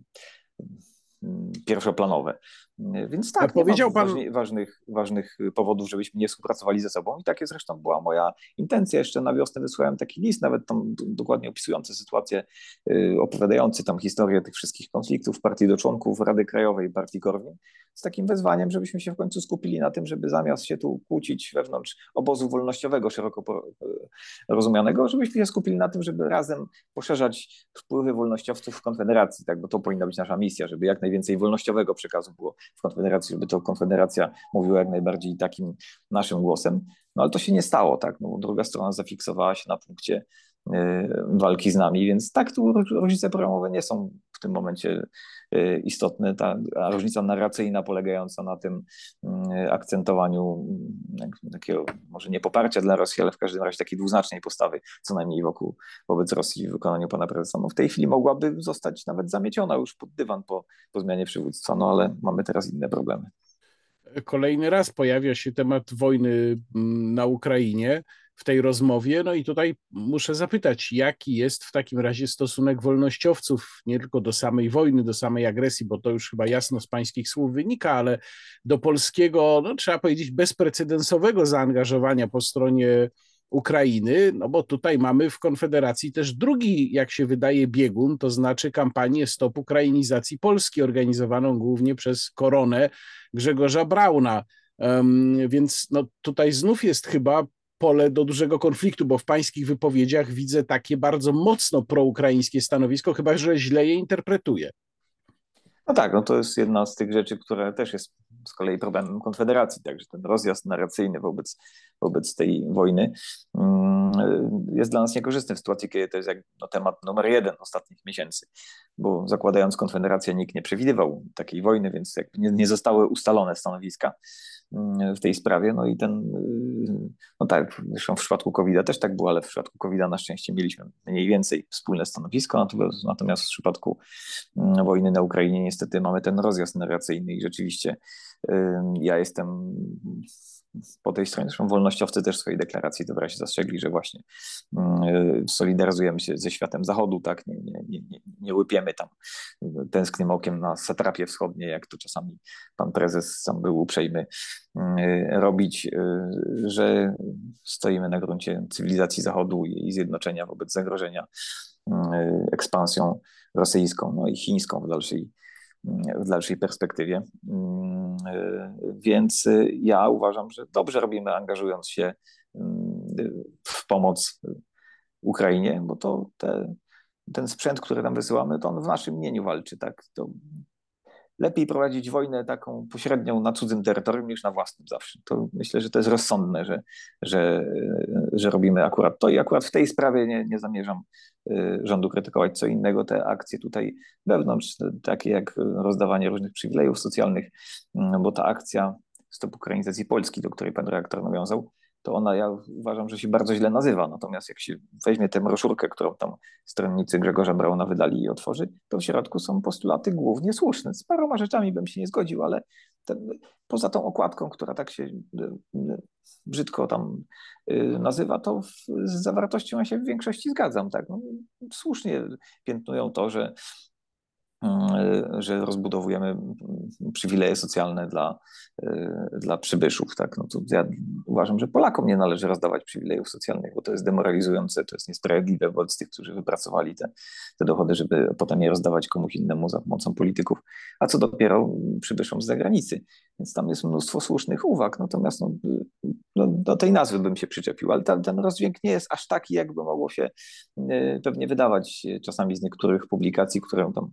Speaker 2: pierwszoplanowe. Więc tak, nie
Speaker 1: powiedział
Speaker 2: ma
Speaker 1: pan...
Speaker 2: ważnych, ważnych, ważnych powodów, żebyśmy nie współpracowali ze sobą. I takie zresztą była moja intencja. Jeszcze na wiosnę wysłałem taki list, nawet tam dokładnie opisujący sytuację, opowiadający tam historię tych wszystkich konfliktów partii do członków Rady Krajowej Partii Korwin, z takim wezwaniem, żebyśmy się w końcu skupili na tym, żeby zamiast się tu kłócić wewnątrz obozu wolnościowego, szeroko rozumianego, żebyśmy się skupili na tym, żeby razem poszerzać wpływy wolnościowców w Konfederacji, tak, bo to powinna być nasza misja, żeby jak najwięcej wolnościowego przekazu było w Konfederacji, żeby to Konfederacja mówiła jak najbardziej takim naszym głosem. No ale to się nie stało, tak, no, druga strona zafiksowała się na punkcie y, walki z nami, więc tak, tu różnice programowe nie są w tym momencie y, istotne. Ta różnica narracyjna polegająca na tym y, akcentowaniu y, takiego może nie poparcia dla Rosji, ale w każdym razie takiej dwuznacznej postawy, co najmniej wokół, wobec Rosji w wykonaniu pana prezesa. No, w tej chwili mogłaby zostać nawet zamieciona już pod dywan po, po zmianie przywództwa, no ale mamy teraz inne problemy.
Speaker 1: Kolejny raz pojawia się temat wojny na Ukrainie w tej rozmowie. No i tutaj muszę zapytać, jaki jest w takim razie stosunek wolnościowców nie tylko do samej wojny, do samej agresji, bo to już chyba jasno z pańskich słów wynika, ale do polskiego, no trzeba powiedzieć, bezprecedensowego zaangażowania po stronie Ukrainy, no bo tutaj mamy w Konfederacji też drugi, jak się wydaje, biegun, to znaczy kampanię Stop Ukrainizacji Polski, organizowaną głównie przez Koronę Grzegorza Brauna. Um, więc no, tutaj znów jest chyba pole do dużego konfliktu, bo w pańskich wypowiedziach widzę takie bardzo mocno proukraińskie stanowisko, chyba że źle je interpretuję.
Speaker 2: No tak, no to jest jedna z tych rzeczy, która też jest z kolei problemem Konfederacji, także ten rozjazd narracyjny wobec, wobec tej wojny jest dla nas niekorzystny w sytuacji, kiedy to jest jak, no, temat numer jeden ostatnich miesięcy, bo zakładając Konfederację nikt nie przewidywał takiej wojny, więc jakby nie, nie zostały ustalone stanowiska w tej sprawie, no i ten, no tak, zresztą w przypadku kowida też tak było, ale w przypadku kowida na szczęście mieliśmy mniej więcej wspólne stanowisko, natomiast, natomiast w przypadku wojny na Ukrainie niestety mamy ten rozjazd narracyjny i rzeczywiście ja jestem po tej stronie, zresztą wolnościowcy też w swojej deklaracji to wyraźnie zastrzegli, że właśnie solidaryzujemy się ze światem zachodu, tak, nie, nie, nie, nie łypiemy tam tęsknym okiem na satrapie wschodnie, jak to czasami pan prezes sam był uprzejmy robić, że stoimy na gruncie cywilizacji zachodu i jej zjednoczenia wobec zagrożenia ekspansją rosyjską, no i chińską w dalszej w dalszej perspektywie. Więc ja uważam, że dobrze robimy, angażując się w pomoc Ukrainie, bo to te, ten sprzęt, który tam wysyłamy, to on w naszym imieniu walczy. Tak? To lepiej prowadzić wojnę taką pośrednią na cudzym terytorium niż na własnym zawsze. To myślę, że to jest rozsądne, że, że, że robimy akurat to i akurat w tej sprawie nie, nie zamierzam rządu krytykować. Co innego te akcje tutaj wewnątrz, takie jak rozdawanie różnych przywilejów socjalnych, bo ta akcja Stop Ukrainizacji Polski, do której pan redaktor nawiązał, to ona, ja uważam, że się bardzo źle nazywa. Natomiast jak się weźmie tę broszurkę, którą tam stronnicy Grzegorza Brauna wydali i otworzy, to w środku są postulaty głównie słuszne. Z paroma rzeczami bym się nie zgodził, ale ten, poza tą okładką, która tak się brzydko tam nazywa, to w, z zawartością ja się w większości zgadzam. Tak? No, słusznie piętnują to, że że rozbudowujemy przywileje socjalne dla, dla przybyszów. Tak? No to ja uważam, że Polakom nie należy rozdawać przywilejów socjalnych, bo to jest demoralizujące, to jest niesprawiedliwe wobec tych, którzy wypracowali te, te dochody, żeby potem je rozdawać komuś innemu za pomocą polityków, a co dopiero przybyszom z zagranicy. Więc tam jest mnóstwo słusznych uwag, natomiast no, no, do tej nazwy bym się przyczepił, ale ten, ten rozdźwięk nie jest aż taki, jakby mogło się pewnie wydawać czasami z niektórych publikacji, które tam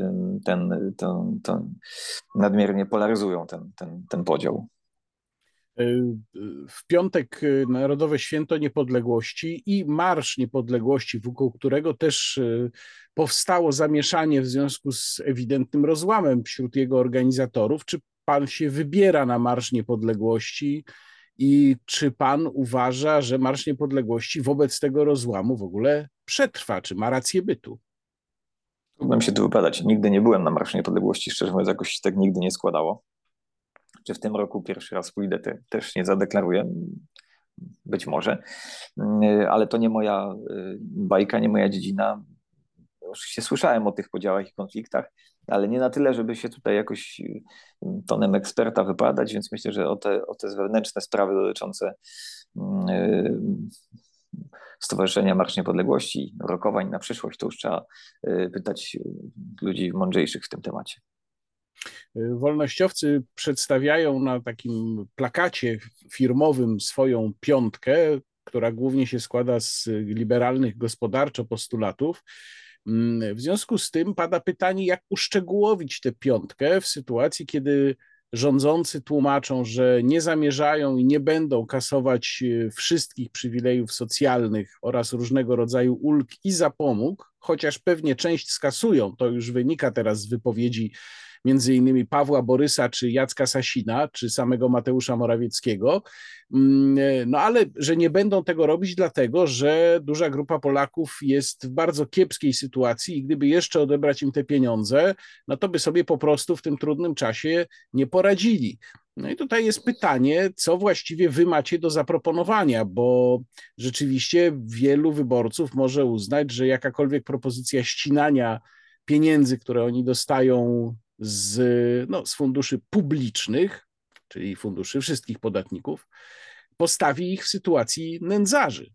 Speaker 2: ten, ten, ten nadmiernie polaryzują ten, ten, ten podział.
Speaker 1: W piątek Narodowe Święto Niepodległości i Marsz Niepodległości, wokół którego też powstało zamieszanie w związku z ewidentnym rozłamem wśród jego organizatorów. Czy pan się wybiera na Marsz Niepodległości i czy pan uważa, że Marsz Niepodległości wobec tego rozłamu w ogóle przetrwa, czy ma rację bytu?
Speaker 2: Trudno mi się tu wypowiadać. Nigdy nie byłem na Marszu Niepodległości, szczerze mówiąc, jakoś się tak nigdy nie składało. Czy w tym roku pierwszy raz pójdę, te, też nie zadeklaruję. Być może. Ale to nie moja bajka, nie moja dziedzina. Oczywiście słyszałem o tych podziałach i konfliktach, ale nie na tyle, żeby się tutaj jakoś tonem eksperta wypowiadać, więc myślę, że o te, o te wewnętrzne sprawy dotyczące Stowarzyszenia Marsz Niepodległości, rokowań na przyszłość, to już trzeba pytać ludzi mądrzejszych w tym temacie.
Speaker 1: Wolnościowcy przedstawiają na takim plakacie firmowym swoją piątkę, która głównie się składa z liberalnych gospodarczo postulatów. W związku z tym pada pytanie, jak uszczegółowić tę piątkę w sytuacji, kiedy rządzący tłumaczą, że nie zamierzają i nie będą kasować wszystkich przywilejów socjalnych oraz różnego rodzaju ulg i zapomóg, chociaż pewnie część skasują, to już wynika teraz z wypowiedzi między innymi Pawła Borysa, czy Jacka Sasina, czy samego Mateusza Morawieckiego, no ale że nie będą tego robić dlatego, że duża grupa Polaków jest w bardzo kiepskiej sytuacji i gdyby jeszcze odebrać im te pieniądze, no to by sobie po prostu w tym trudnym czasie nie poradzili. No i tutaj jest pytanie, co właściwie wy macie do zaproponowania, bo rzeczywiście wielu wyborców może uznać, że jakakolwiek propozycja ścinania pieniędzy, które oni dostają z, no, z funduszy publicznych, czyli funduszy wszystkich podatników, postawi ich w sytuacji nędzarzy.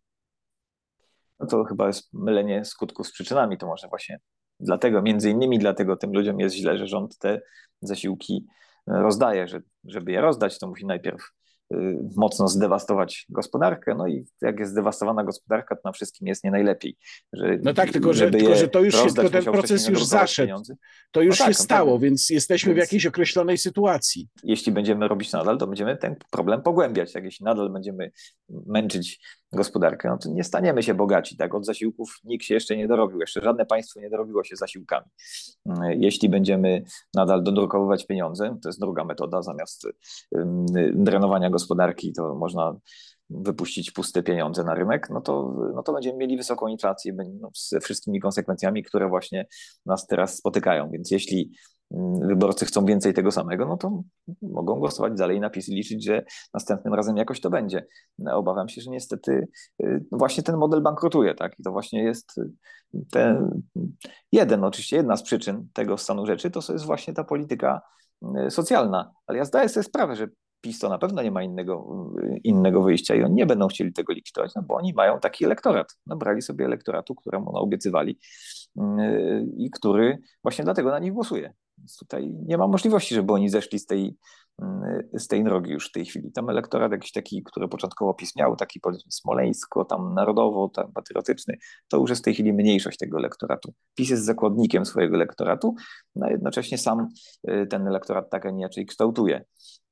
Speaker 2: No to chyba jest mylenie skutków z przyczynami. To może właśnie dlatego, między innymi dlatego tym ludziom jest źle, że rząd te zasiłki rozdaje. Że, żeby je rozdać, to musi najpierw mocno zdewastować gospodarkę, no i jak jest zdewastowana gospodarka, to na wszystkim jest nie najlepiej. Że,
Speaker 1: no tak, tylko że, tylko, że to już się,
Speaker 2: rozdać,
Speaker 1: tylko ten proces już zaszedł. Pieniądze. To już no tak, się no stało, tak, więc jesteśmy więc w jakiejś określonej sytuacji.
Speaker 2: Jeśli będziemy robić nadal, to będziemy ten problem pogłębiać. Jak jeśli nadal będziemy męczyć gospodarkę, no to nie staniemy się bogaci. Tak? Od zasiłków nikt się jeszcze nie dorobił. Jeszcze żadne państwo nie dorobiło się zasiłkami. Jeśli będziemy nadal dodrukowywać pieniądze, to jest druga metoda, zamiast drenowania gospodarki, to można wypuścić puste pieniądze na rynek, no to, no to będziemy mieli wysoką inflację no, ze wszystkimi konsekwencjami, które właśnie nas teraz spotykają. Więc jeśli wyborcy chcą więcej tego samego, no to mogą głosować dalej na PiS i liczyć, że następnym razem jakoś to będzie. Obawiam się, że niestety właśnie ten model bankrutuje, tak? I to właśnie jest ten jeden, oczywiście jedna z przyczyn tego stanu rzeczy, to jest właśnie ta polityka socjalna. Ale ja zdaję sobie sprawę, że PiS to na pewno nie ma innego, innego wyjścia i oni nie będą chcieli tego likwidować, no bo oni mają taki elektorat. No, brali sobie elektoratu, któremu no, obiecywali yy, i który właśnie dlatego na nich głosuje. Więc tutaj nie ma możliwości, żeby oni zeszli z tej, yy, z tej drogi już w tej chwili. Tam elektorat jakiś taki, który początkowo PiS miał, taki powiedzmy smoleńsko, tam narodowo, tam patriotyczny, to już jest w tej chwili mniejszość tego elektoratu. PiS jest zakładnikiem swojego elektoratu, no a jednocześnie sam yy, ten elektorat tak, a nie inaczej kształtuje.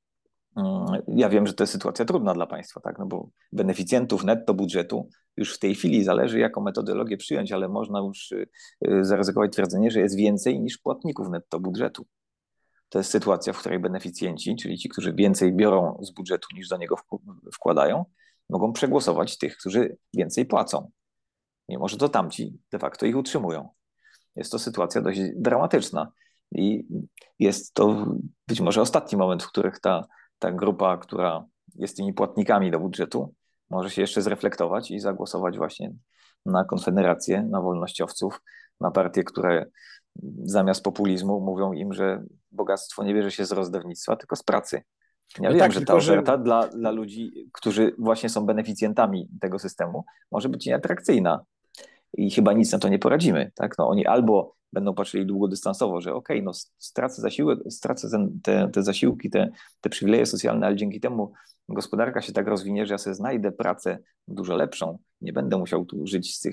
Speaker 2: Ja wiem, że to jest sytuacja trudna dla państwa, tak? No bo beneficjentów netto budżetu już w tej chwili zależy, jaką metodologię przyjąć, ale można już zaryzykować twierdzenie, że jest więcej niż płatników netto budżetu. To jest sytuacja, w której beneficjenci, czyli ci, którzy więcej biorą z budżetu niż do niego wkładają, mogą przegłosować tych, którzy więcej płacą. Mimo że to tamci de facto ich utrzymują. Jest to sytuacja dość dramatyczna i jest to być może ostatni moment, w których ta ta grupa, która jest tymi płatnikami do budżetu, może się jeszcze zreflektować i zagłosować właśnie na Konfederację, na wolnościowców, na partie, które zamiast populizmu mówią im, że bogactwo nie bierze się z rozdawnictwa, tylko z pracy. Ja no wiem, tak, że ta oferta że... dla, dla ludzi, którzy właśnie są beneficjentami tego systemu, może być nieatrakcyjna i chyba nic na to nie poradzimy. Tak? No, oni albo będą patrzyli długodystansowo, że okej, okay, no stracę zasiłek, stracę ten, te, te zasiłki, te, te przywileje socjalne, ale dzięki temu gospodarka się tak rozwinie, że ja sobie znajdę pracę dużo lepszą, nie będę musiał tu żyć z tych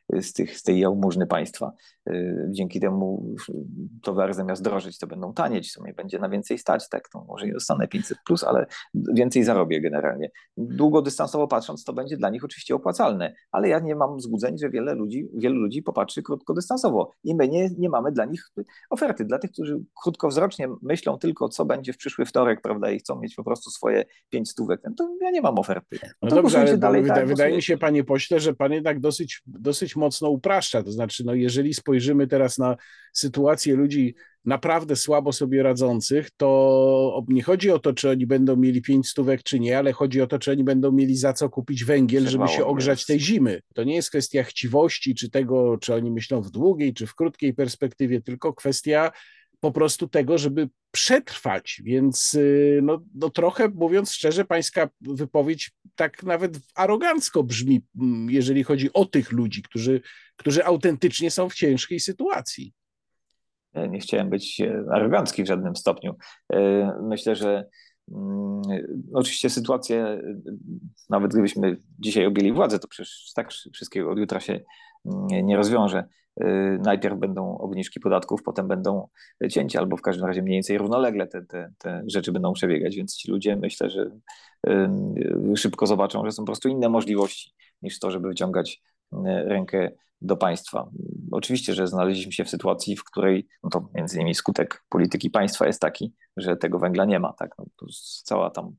Speaker 2: z, tych, z tej jałmużny państwa. Dzięki temu towary zamiast drożyć, to będą tanieć, co mnie będzie na więcej stać, tak? To może nie dostanę pięćset plus, ale więcej zarobię generalnie. Długodystansowo patrząc, to będzie dla nich oczywiście opłacalne, ale ja nie mam złudzeń, że wiele ludzi, wielu ludzi popatrzy krótkodystansowo i my nie, nie mamy dla nich oferty. Dla tych, którzy krótkowzrocznie myślą tylko, co będzie w przyszły wtorek, prawda, i chcą mieć po prostu swoje pięć stówek, no to ja nie mam oferty. No,
Speaker 1: no
Speaker 2: to
Speaker 1: dobrze, ale
Speaker 2: dalej,
Speaker 1: wyda,
Speaker 2: tak,
Speaker 1: wydaje mi się, panie pośle, że pan jednak dosyć, dosyć mocno upraszcza. To znaczy, no jeżeli spojrzymy teraz na sytuację ludzi naprawdę słabo sobie radzących, to nie chodzi o to, czy oni będą mieli pięć stówek, czy nie, ale chodzi o to, czy oni będą mieli za co kupić węgiel, żeby się ogrzać tej zimy. To nie jest kwestia chciwości, czy tego, czy oni myślą w długiej, czy w krótkiej perspektywie, tylko kwestia po prostu tego, żeby przetrwać, więc no, no trochę, mówiąc szczerze, pańska wypowiedź tak nawet arogancko brzmi, jeżeli chodzi o tych ludzi, którzy, którzy autentycznie są w ciężkiej sytuacji.
Speaker 2: Nie chciałem być arogancki w żadnym stopniu. Myślę, że um, oczywiście sytuację, nawet gdybyśmy dzisiaj objęli władzę, to przecież tak wszystkiego od jutra się nie, nie rozwiąże. Najpierw będą obniżki podatków, potem będą cięcia, albo w każdym razie mniej więcej równolegle te, te, te rzeczy będą przebiegać, więc ci ludzie myślę, że szybko zobaczą, że są po prostu inne możliwości niż to, żeby wyciągać rękę do państwa. Oczywiście, że znaleźliśmy się w sytuacji, w której no to między innymi skutek polityki państwa jest taki, że tego węgla nie ma. Tak? No, to cała tam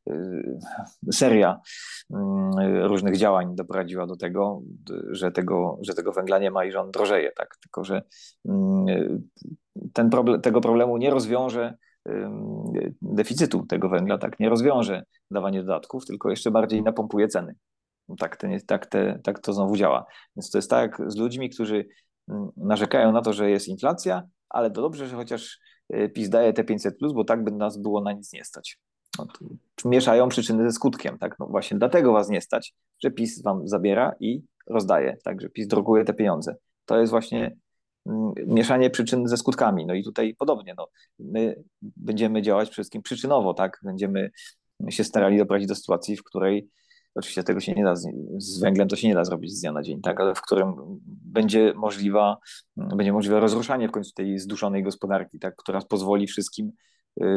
Speaker 2: y, seria y, różnych działań doprowadziła do tego, że tego, że tego węgla nie ma i że on drożeje. Tak? Tylko, że y, ten problem, tego problemu nie rozwiąże y, deficytu tego węgla, tak? Nie rozwiąże dawanie dodatków, tylko jeszcze bardziej napompuje ceny. Tak, ten, tak, te, tak to znowu działa. Więc to jest tak z ludźmi, którzy narzekają na to, że jest inflacja, ale to dobrze, że chociaż PiS daje te pięćset plus, bo tak by nas było na nic nie stać. No mieszają przyczyny ze skutkiem. Tak? No właśnie dlatego was nie stać, że PiS wam zabiera i rozdaje. Tak, że PiS droguje te pieniądze. To jest właśnie mieszanie przyczyn ze skutkami. No i tutaj podobnie. No, my będziemy działać przede wszystkim przyczynowo. Tak? Będziemy się starali doprowadzić do sytuacji, w której oczywiście tego się nie da, z, z węglem to się nie da zrobić z dnia na dzień, tak, ale w którym będzie możliwa, będzie możliwe rozruszanie w końcu tej zduszonej gospodarki, tak, która pozwoli wszystkim y,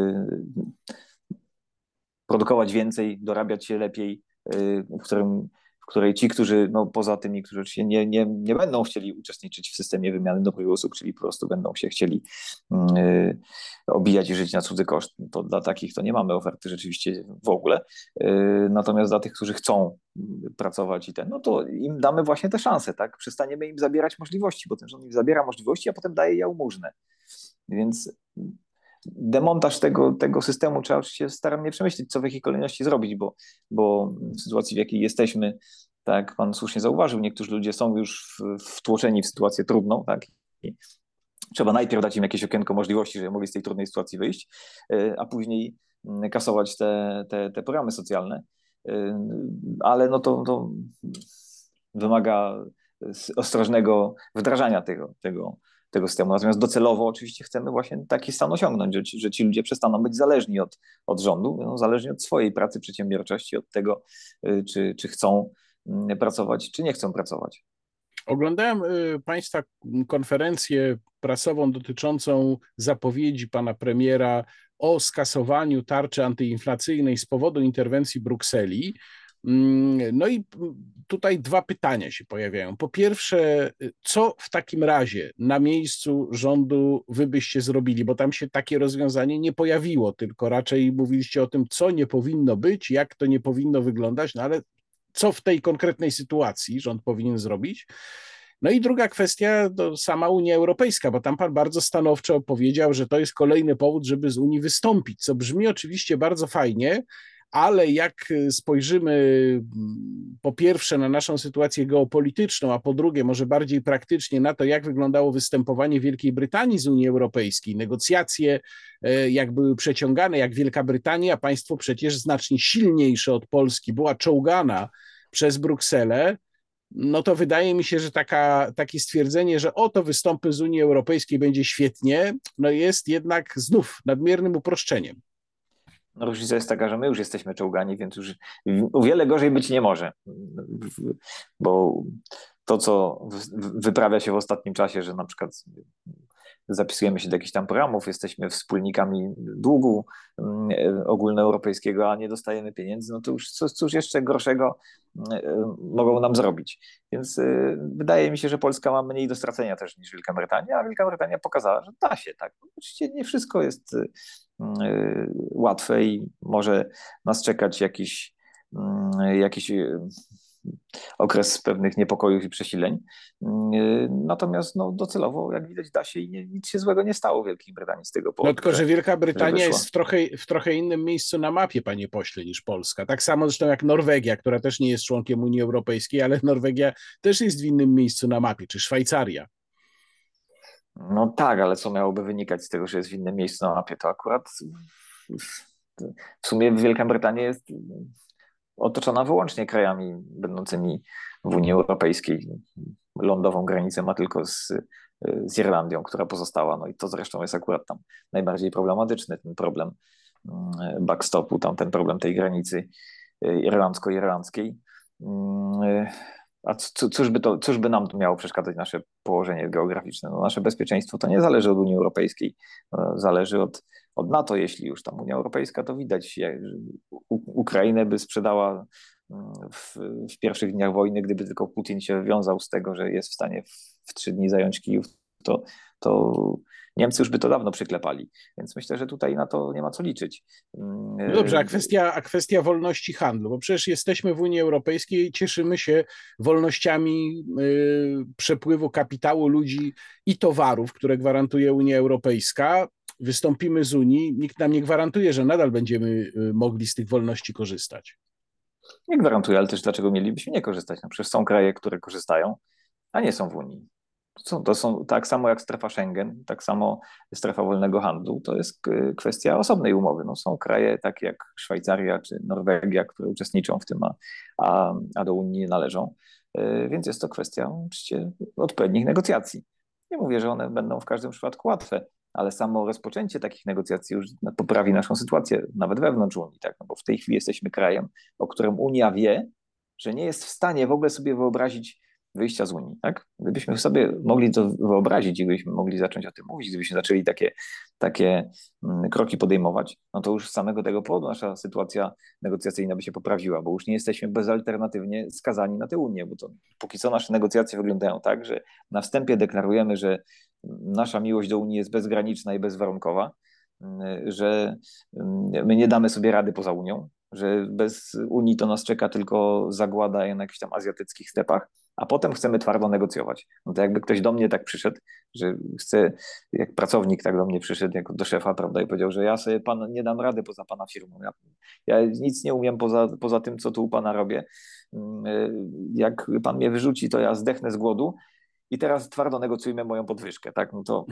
Speaker 2: produkować więcej, dorabiać się lepiej, y, w którym w której ci, którzy no, poza tymi, którzy oczywiście nie, nie, nie będą chcieli uczestniczyć w systemie wymiany dobrych usług, czyli po prostu będą się chcieli yy, obijać i żyć na cudzy koszt, to dla takich to nie mamy oferty rzeczywiście w ogóle. Yy, natomiast dla tych, którzy chcą pracować i ten, no to im damy właśnie te szanse, tak? Przestaniemy im zabierać możliwości, bo ten rząd im zabiera możliwości, a potem daje jałmużnę. Więc demontaż tego, tego systemu trzeba oczywiście starannie przemyśleć, co w jakiej kolejności zrobić, bo, bo w sytuacji, w jakiej jesteśmy, tak jak pan słusznie zauważył, niektórzy ludzie są już w, wtłoczeni w sytuację trudną, tak, i trzeba najpierw dać im jakieś okienko możliwości, żeby mogli z tej trudnej sytuacji wyjść, a później kasować te, te, te programy socjalne, ale no to, to wymaga ostrożnego wdrażania tego, tego tego systemu. Natomiast docelowo oczywiście chcemy właśnie taki stan osiągnąć, że ci, że ci ludzie przestaną być zależni od, od rządu, będą zależni od swojej pracy, przedsiębiorczości, od tego, czy, czy chcą pracować, czy nie chcą pracować.
Speaker 1: Oglądałem państwa konferencję prasową dotyczącą zapowiedzi pana premiera o skasowaniu tarczy antyinflacyjnej z powodu interwencji Brukseli. No i tutaj dwa pytania się pojawiają. Po pierwsze, co w takim razie na miejscu rządu wy byście zrobili, bo tam się takie rozwiązanie nie pojawiło, tylko raczej mówiliście o tym, co nie powinno być, jak to nie powinno wyglądać, no ale co w tej konkretnej sytuacji rząd powinien zrobić? No i druga kwestia to sama Unia Europejska, bo tam pan bardzo stanowczo powiedział, że to jest kolejny powód, żeby z Unii wystąpić, co brzmi oczywiście bardzo fajnie, ale jak spojrzymy po pierwsze na naszą sytuację geopolityczną, a po drugie może bardziej praktycznie na to, jak wyglądało występowanie Wielkiej Brytanii z Unii Europejskiej, negocjacje jak były przeciągane, jak Wielka Brytania, państwo przecież znacznie silniejsze od Polski, była czołgana przez Brukselę, no to wydaje mi się, że taka, takie stwierdzenie, że oto wystąpy z Unii Europejskiej będzie świetnie, no jest jednak znów nadmiernym uproszczeniem.
Speaker 2: No, różnica jest taka, że my już jesteśmy czołgani, więc już o wiele gorzej być nie może, bo to, co wyprawia się w ostatnim czasie, że na przykład zapisujemy się do jakichś tam programów, jesteśmy wspólnikami długu ogólnoeuropejskiego, a nie dostajemy pieniędzy, no to już cóż, cóż jeszcze gorszego mogą nam zrobić. Więc wydaje mi się, że Polska ma mniej do stracenia też niż Wielka Brytania, a Wielka Brytania pokazała, że da się, tak. Oczywiście nie wszystko jest łatwe i może nas czekać jakiś, jakiś okres pewnych niepokojów i przesileń. Natomiast no, docelowo, jak widać, da się i nie, nic się złego nie stało w Wielkiej Brytanii z tego
Speaker 1: No
Speaker 2: powodu,
Speaker 1: tylko, że Wielka
Speaker 2: że
Speaker 1: Brytania
Speaker 2: wyszła.
Speaker 1: jest w trochę, w trochę innym miejscu na mapie, panie pośle, niż Polska. Tak samo zresztą jak Norwegia, która też nie jest członkiem Unii Europejskiej, ale Norwegia też jest w innym miejscu na mapie, czy Szwajcaria.
Speaker 2: No tak, ale co miałoby wynikać z tego, że jest w innym miejscu na mapie? To akurat w sumie Wielka Brytania jest otoczona wyłącznie krajami będącymi w Unii Europejskiej. Lądową granicę ma tylko z, z Irlandią, która pozostała. No i to zresztą jest akurat tam najbardziej problematyczny, ten problem backstopu, tam ten problem tej granicy irlandzko-irlandzkiej. A cóż by, to, cóż by nam to miało przeszkadzać, nasze położenie geograficzne? No, nasze bezpieczeństwo to nie zależy od Unii Europejskiej, zależy od, od NATO, jeśli już tam Unia Europejska, to widać, że Ukrainę by sprzedała w, w pierwszych dniach wojny, gdyby tylko Putin się wywiązał z tego, że jest w stanie w, w trzy dni zająć Kijów, to, to Niemcy już by to dawno przyklepali. Więc myślę, że tutaj na to nie ma co liczyć.
Speaker 1: No dobrze, a kwestia, a kwestia wolności handlu, bo przecież jesteśmy w Unii Europejskiej i cieszymy się wolnościami y, przepływu kapitału, ludzi i towarów, które gwarantuje Unia Europejska. Wystąpimy z Unii, nikt nam nie gwarantuje, że nadal będziemy y, mogli z tych wolności korzystać.
Speaker 2: Nie gwarantuję, ale też dlaczego mielibyśmy nie korzystać? No przecież są kraje, które korzystają, a nie są w Unii. Są, to są tak samo jak strefa Schengen, tak samo strefa wolnego handlu. To jest kwestia osobnej umowy. No, są kraje takie jak Szwajcaria czy Norwegia, które uczestniczą w tym, a, a, a do Unii nie należą. Więc jest to kwestia oczywiście odpowiednich negocjacji. Nie mówię, że one będą w każdym przypadku łatwe, ale samo rozpoczęcie takich negocjacji już poprawi naszą sytuację, nawet wewnątrz Unii. Tak? No bo w tej chwili jesteśmy krajem, o którym Unia wie, że nie jest w stanie w ogóle sobie wyobrazić wyjścia z Unii, tak? Gdybyśmy sobie mogli to wyobrazić i gdybyśmy mogli zacząć o tym mówić, gdybyśmy zaczęli takie, takie kroki podejmować, no to już z samego tego powodu nasza sytuacja negocjacyjna by się poprawiła, bo już nie jesteśmy bezalternatywnie skazani na tę Unię, bo to póki co nasze negocjacje wyglądają tak, że na wstępie deklarujemy, że nasza miłość do Unii jest bezgraniczna i bezwarunkowa, że my nie damy sobie rady poza Unią, że bez Unii to nas czeka tylko zagłada na jakichś tam azjatyckich stepach, a potem chcemy twardo negocjować. No to jakby ktoś do mnie tak przyszedł, że chce, jak pracownik tak do mnie przyszedł, jako do szefa, prawda, i powiedział, że ja sobie pan nie dam rady poza pana firmą. Ja, ja nic nie umiem poza, poza tym, co tu u pana robię. Jak pan mnie wyrzuci, to ja zdechnę z głodu i teraz twardo negocjujmy moją podwyżkę, tak? No to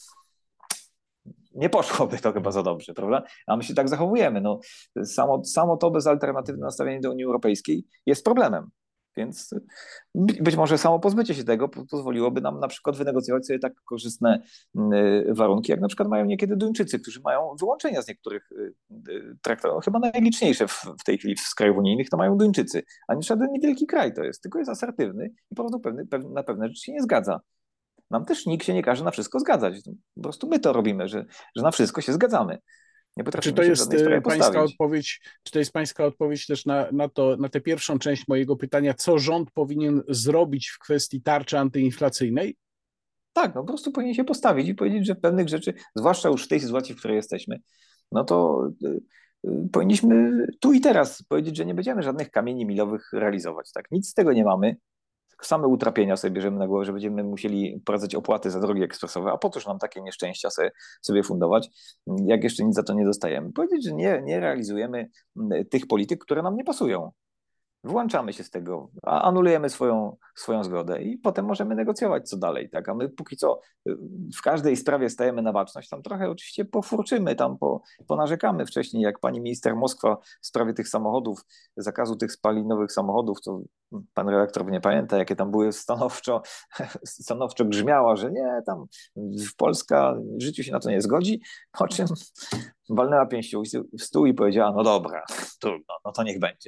Speaker 2: nie poszłoby to chyba za dobrze, prawda? A my się tak zachowujemy. No, samo, samo to bezalternatywne nastawienie do Unii Europejskiej jest problemem. Więc być może samo pozbycie się tego pozwoliłoby nam na przykład wynegocjować sobie tak korzystne warunki, jak na przykład mają niekiedy Duńczycy, którzy mają wyłączenia z niektórych traktatów. Chyba najliczniejsze w, w tej chwili z krajów unijnych to mają Duńczycy, a nie żaden niewielki kraj to jest, tylko jest asertywny i po prostu pewny, pewne, na pewne rzeczy się nie zgadza. Nam też nikt się nie każe na wszystko zgadzać. Po prostu my to robimy, że, że na wszystko się zgadzamy. Nie
Speaker 1: Czy
Speaker 2: potrafimy
Speaker 1: to
Speaker 2: się w
Speaker 1: jest
Speaker 2: żadnej sprawie
Speaker 1: pańska
Speaker 2: postawić.
Speaker 1: odpowiedź, czy to jest pańska odpowiedź też na, na, to, na tę pierwszą część mojego pytania, co rząd powinien zrobić w kwestii tarczy antyinflacyjnej?
Speaker 2: Tak, no po prostu powinien się postawić i powiedzieć, że pewnych rzeczy, zwłaszcza już w tej sytuacji, w której jesteśmy, no to y, y, powinniśmy tu i teraz powiedzieć, że nie będziemy żadnych kamieni milowych realizować. Tak? Nic z tego nie mamy. Same utrapienia sobie bierzemy na głowę, że będziemy musieli wprowadzać opłaty za drogi ekspresowe, a po cóż nam takie nieszczęścia sobie, sobie fundować, jak jeszcze nic za to nie dostajemy. Powiedzieć, że nie, nie realizujemy tych polityk, które nam nie pasują. Włączamy się z tego, a anulujemy swoją, swoją zgodę i potem możemy negocjować co dalej, tak? A my póki co w każdej sprawie stajemy na baczność, tam trochę oczywiście pofurczymy, tam po, ponarzekamy wcześniej, jak pani minister Moskwa w sprawie tych samochodów, zakazu tych spalinowych samochodów, to pan redaktor nie pamięta, jakie tam były stanowczo, stanowczo grzmiała, że nie, tam Polska w życiu się na to nie zgodzi, po czym walnęła pięścią w stół i powiedziała, no dobra, trudno, no to niech będzie.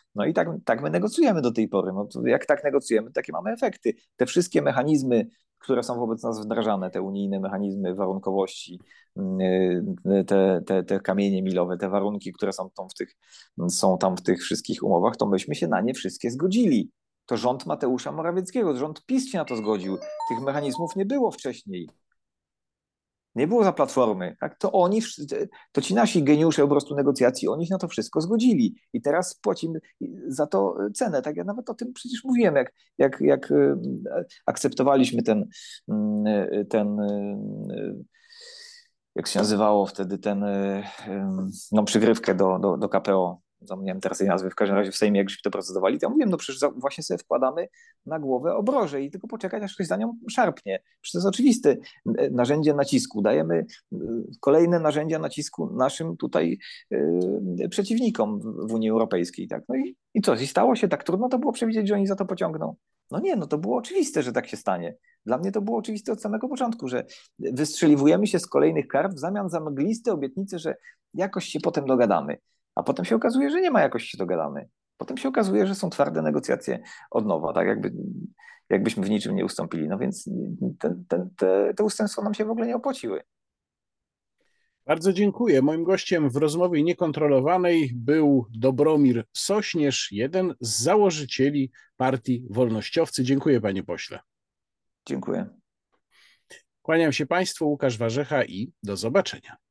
Speaker 2: No i tak, tak my negocjujemy do tej pory. No to jak tak negocjujemy, takie mamy efekty. Te wszystkie mechanizmy, które są wobec nas wdrażane, te unijne mechanizmy warunkowości, yy, te, te, te kamienie milowe, te warunki, które są tam, w tych, są tam w tych wszystkich umowach, to myśmy się na nie wszystkie zgodzili. To rząd Mateusza Morawieckiego, rząd PiS się na to zgodził. Tych mechanizmów nie było wcześniej. Nie było za Platformy, tak? To oni, to ci nasi geniusze po prostu negocjacji, oni się na to wszystko zgodzili i teraz płacimy za to cenę. Tak, ja nawet o tym przecież mówiłem, jak, jak, jak akceptowaliśmy ten, ten, jak się nazywało wtedy, ten, no, przygrywkę do, do, do K P O. Zapomniałem teraz tej nazwy, w każdym razie w Sejmie, jak żeśmy to procedowali, to ja mówiłem, no przecież właśnie sobie wkładamy na głowę obroże i tylko poczekać, aż ktoś za nią szarpnie. Przecież to jest oczywiste narzędzie nacisku. Dajemy kolejne narzędzia nacisku naszym tutaj yy, przeciwnikom w Unii Europejskiej. Tak? No i, i co? I stało się tak trudno to było przewidzieć, że oni za to pociągną? No nie, no to było oczywiste, że tak się stanie. Dla mnie to było oczywiste od samego początku, że wystrzeliwujemy się z kolejnych kart w zamian za mgliste obietnice, że jakoś się potem dogadamy. A potem się okazuje, że nie ma jakoś się dogadamy. Potem się okazuje, że są twarde negocjacje od nowa, tak jakby, jakbyśmy w niczym nie ustąpili. No więc te, te, te, te ustępstwa nam się w ogóle nie opłaciły.
Speaker 1: Bardzo dziękuję. Moim gościem w rozmowie niekontrolowanej był Dobromir Sośnierz, jeden z założycieli Partii Wolnościowcy. Dziękuję, panie pośle.
Speaker 2: Dziękuję.
Speaker 1: Kłaniam się państwu, Łukasz Warzecha i do zobaczenia.